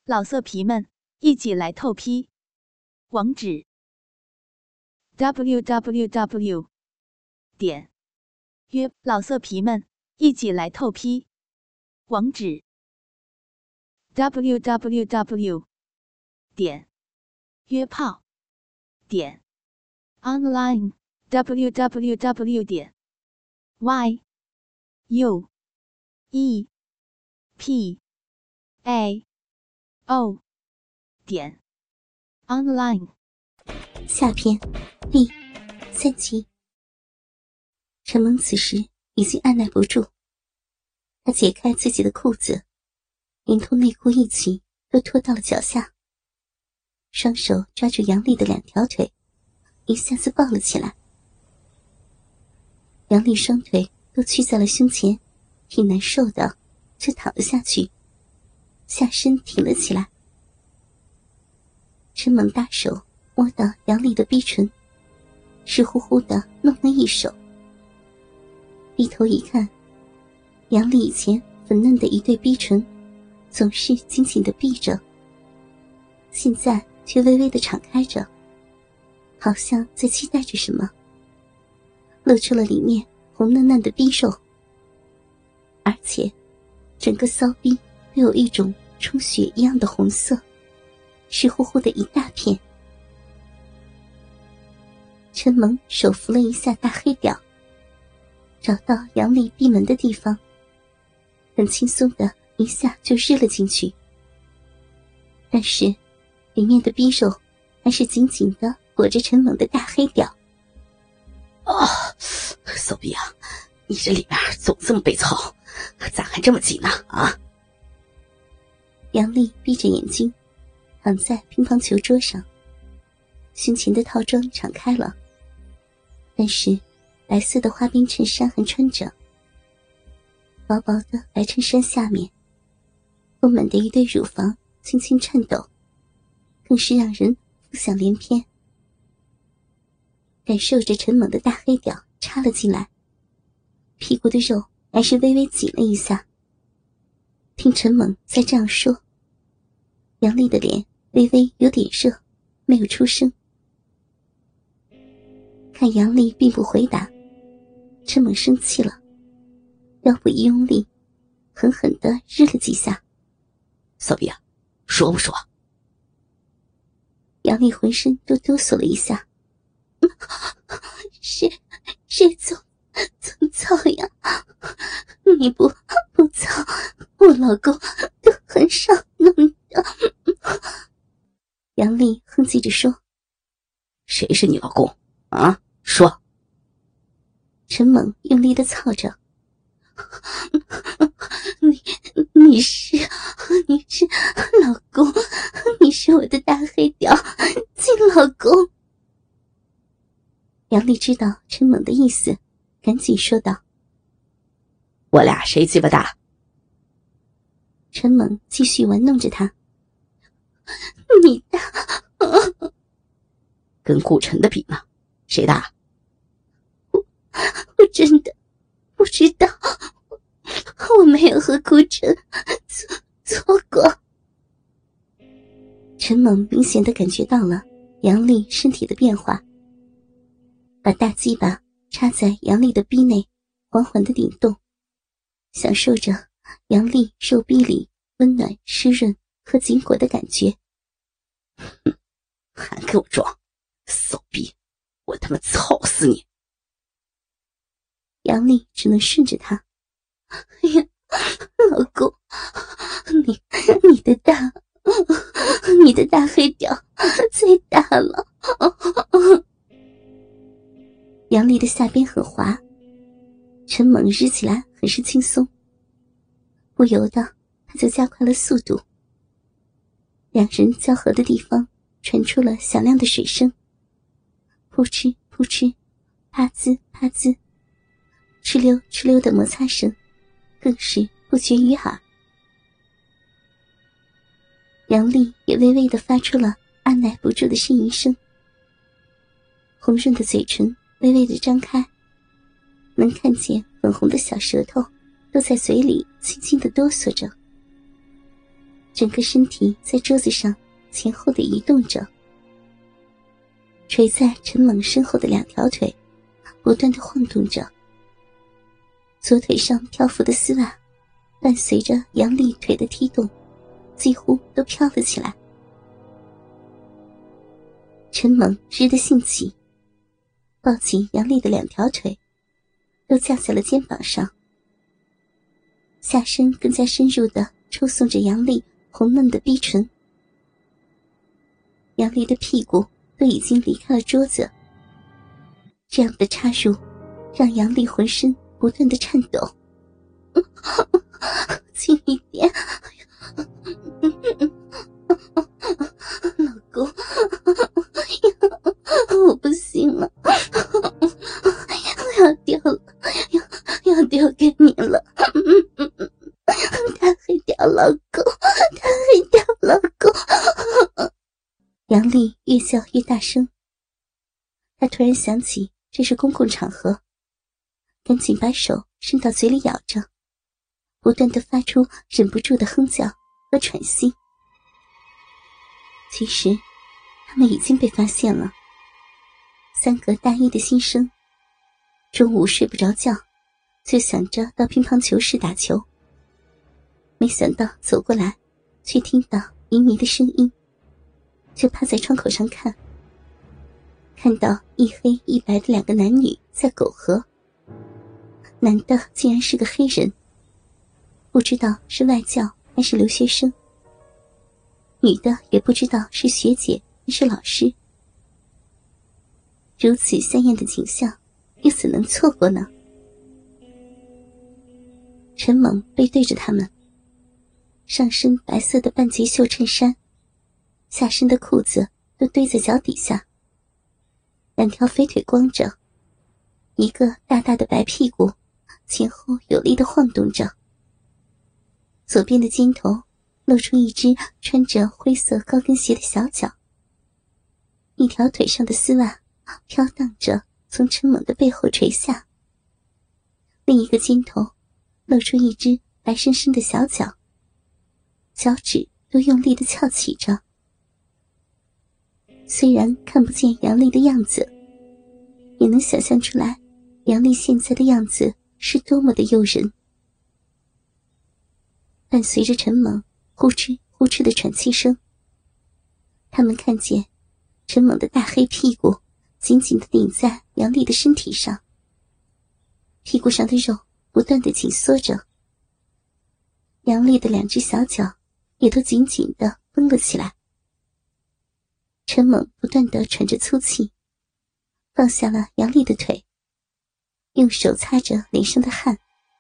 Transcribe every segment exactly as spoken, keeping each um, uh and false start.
老色皮们，一起来透批！网址 ：double u double u double u 点约老色皮们，一起来透批！网址 ：double u double u double u 点约炮点 online w w w 点 y u e p a o 点 online。 下篇第三集。陈萌此时已经按耐不住，他解开自己的裤子，连同内裤一起都拖到了脚下，双手抓住杨丽的两条腿，一下子抱了起来。杨丽双腿都屈在了胸前，挺难受的，就躺了下去，下身挺了起来。陈猛大手摸到杨丽的逼唇，湿乎乎的弄了一手，低头一看，杨丽以前粉嫩的一对逼唇总是紧紧地闭着，现在却微微地敞开着，好像在期待着什么，露出了里面红嫩嫩的逼肉，而且整个骚逼都有一种充血一样的红色，湿乎乎的一大片。陈萌手扶了一下大黑屌，找到杨丽闭门的地方，很轻松的一下就日了进去，但是里面的逼肉还是紧紧的裹着陈猛的大黑屌。 啊，骚逼啊，你这里面总这么被操，咋还这么紧呢？啊！ 杨丽闭着眼睛躺在乒乓球桌上，胸前的套装敞开了，但是白色的花边衬衫还穿着，薄薄的白衬衫下面丰满的一对乳房轻轻颤抖，更是让人浮想联翩。感受着陈猛的大黑屌插了进来，屁股的肉还是微微紧了一下。听陈猛再这样说，杨丽的脸微微有点热，没有出声。看杨丽并不回答，陈猛生气了，腰部一用力，狠狠地日了几下。 骚逼啊，说不说？ 杨丽浑身都哆嗦了一下。谁谁总总操呀？你不不操，我老公都很少弄的。杨丽哼唧着说：“ 谁是你老公啊？说。” 陈猛用力的操着：“你你是你是老公，你是我的大黑屌，亲老公。”杨丽知道陈猛的意思，赶紧说道：“ 我俩谁鸡巴大？” 陈猛继续玩弄着他：“你大。” 跟顾晨的比呢？谁大？ 我我真的不知道，我没有和顾晨做做过。陈猛明显地感觉到了杨丽身体的变化，把大鸡巴插在杨丽的逼内，缓缓地顶动，享受着杨丽肉逼里温暖湿润和紧裹的感觉。 哼，还给我装骚逼，我他妈操死你！ 杨丽只能顺着他：“哎呀，老公，你你的大你的大黑屌最大了。”杨丽的下边很滑，陈猛日起来很是轻松，不由得他就加快了速度。两人交合的地方传出了响亮的水声，扑哧扑哧，啪滋啪滋，哧溜哧溜的摩擦声更是不绝于耳。杨丽也微微地发出了按耐不住的呻吟声，红润的嘴唇微微地张开，能看见粉红的小舌头都在嘴里轻轻地哆嗦着。 整个身体在桌子上前后的移动着，垂在陈猛身后的两条腿不断的晃动着，左腿上漂浮的丝袜伴随着杨丽腿的踢动，几乎都飘了起来。陈猛日的兴起，抱起杨丽的两条腿都架在了肩膀上，下身更加深入地抽送着杨丽红嫩的逼唇。杨丽的屁股都已经离开了桌子，这样的插入让杨丽浑身不断的颤抖。轻一点，老公，我不行了，我要掉了，要要掉给你了，太黑掉老公，太黑掉老公。杨丽越叫越大声，她突然想起这是公共场合，赶紧把手伸到嘴里咬着，不断地发出忍不住的哼叫和喘息。其实他们已经被发现了，三个大一的新生中午睡不着觉，就想着到乒乓球室打球，没想到走过来却听到旖旎的声音，就趴在窗口上看，看到一黑一白的两个男女在苟合，男的竟然是个黑人，不知道是外教还是留学生，女的也不知道是学姐还是老师。如此鲜艳的景象又怎能错过呢？陈猛背对着他们，上身白色的半截袖衬衫，下身的裤子都堆在脚底下，两条肥腿光着，一个大大的白屁股前后有力地晃动着，左边的肩头露出一只穿着灰色高跟鞋的小脚，一条腿上的丝袜飘荡着从陈猛的背后垂下，另一个肩头露出一只白生生的小脚，脚趾都用力地翘起着。虽然看不见杨丽的样子，也能想象出来杨丽现在的样子是多么的诱人。伴随着陈猛呼哧呼哧的喘气声，他们看见陈猛的大黑屁股紧紧地顶在杨丽的身体上，屁股上的肉不断地紧缩着，杨丽的两只小脚也都紧紧地绷了起来。陈猛不断地喘着粗气，放下了杨丽的腿，用手擦着脸上的汗。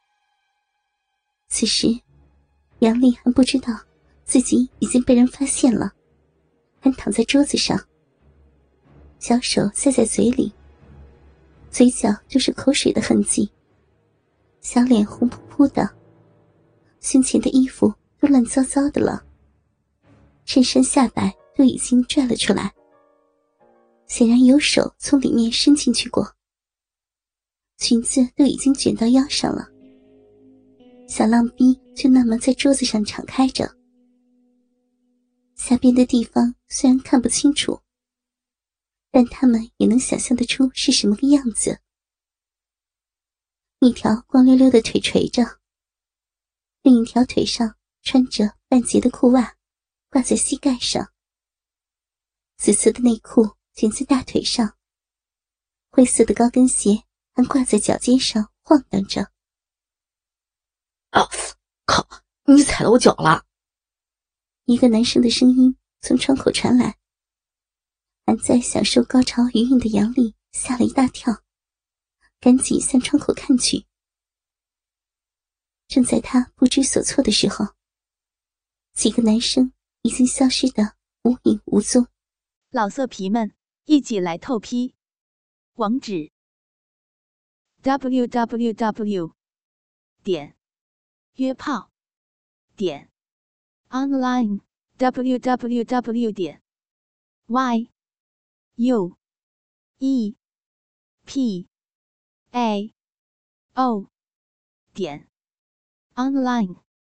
此时杨丽还不知道自己已经被人发现了，还躺在桌子上，小手塞在嘴里，嘴角就是口水的痕迹，小脸红扑扑的，胸前的衣服都乱糟糟的了，衬衫下摆都已经拽了出来，显然有手从里面伸进去过，裙子都已经卷到腰上了，小浪逼就那么在桌子上敞开着，下边的地方虽然看不清楚，但他们也能想象得出是什么个样子。一条光溜溜的腿垂着，另一条腿上穿着半截的裤袜挂在膝盖上，紫色的内裤卷在大腿上，灰色的高跟鞋还挂在脚尖上晃荡着。 啊，靠，你踩到我脚了！ 一个男生的声音从窗口传来，还在享受高潮余韵的杨丽吓了一大跳，赶紧向窗口看去。正在他不知所措的时候，几个男生已经消失得无影无踪。 老色皮们，一起来透批！网址 ：double-u double-u double-u 点约炮点 online double-u double-u double-u 点 y u e p a o 点 online。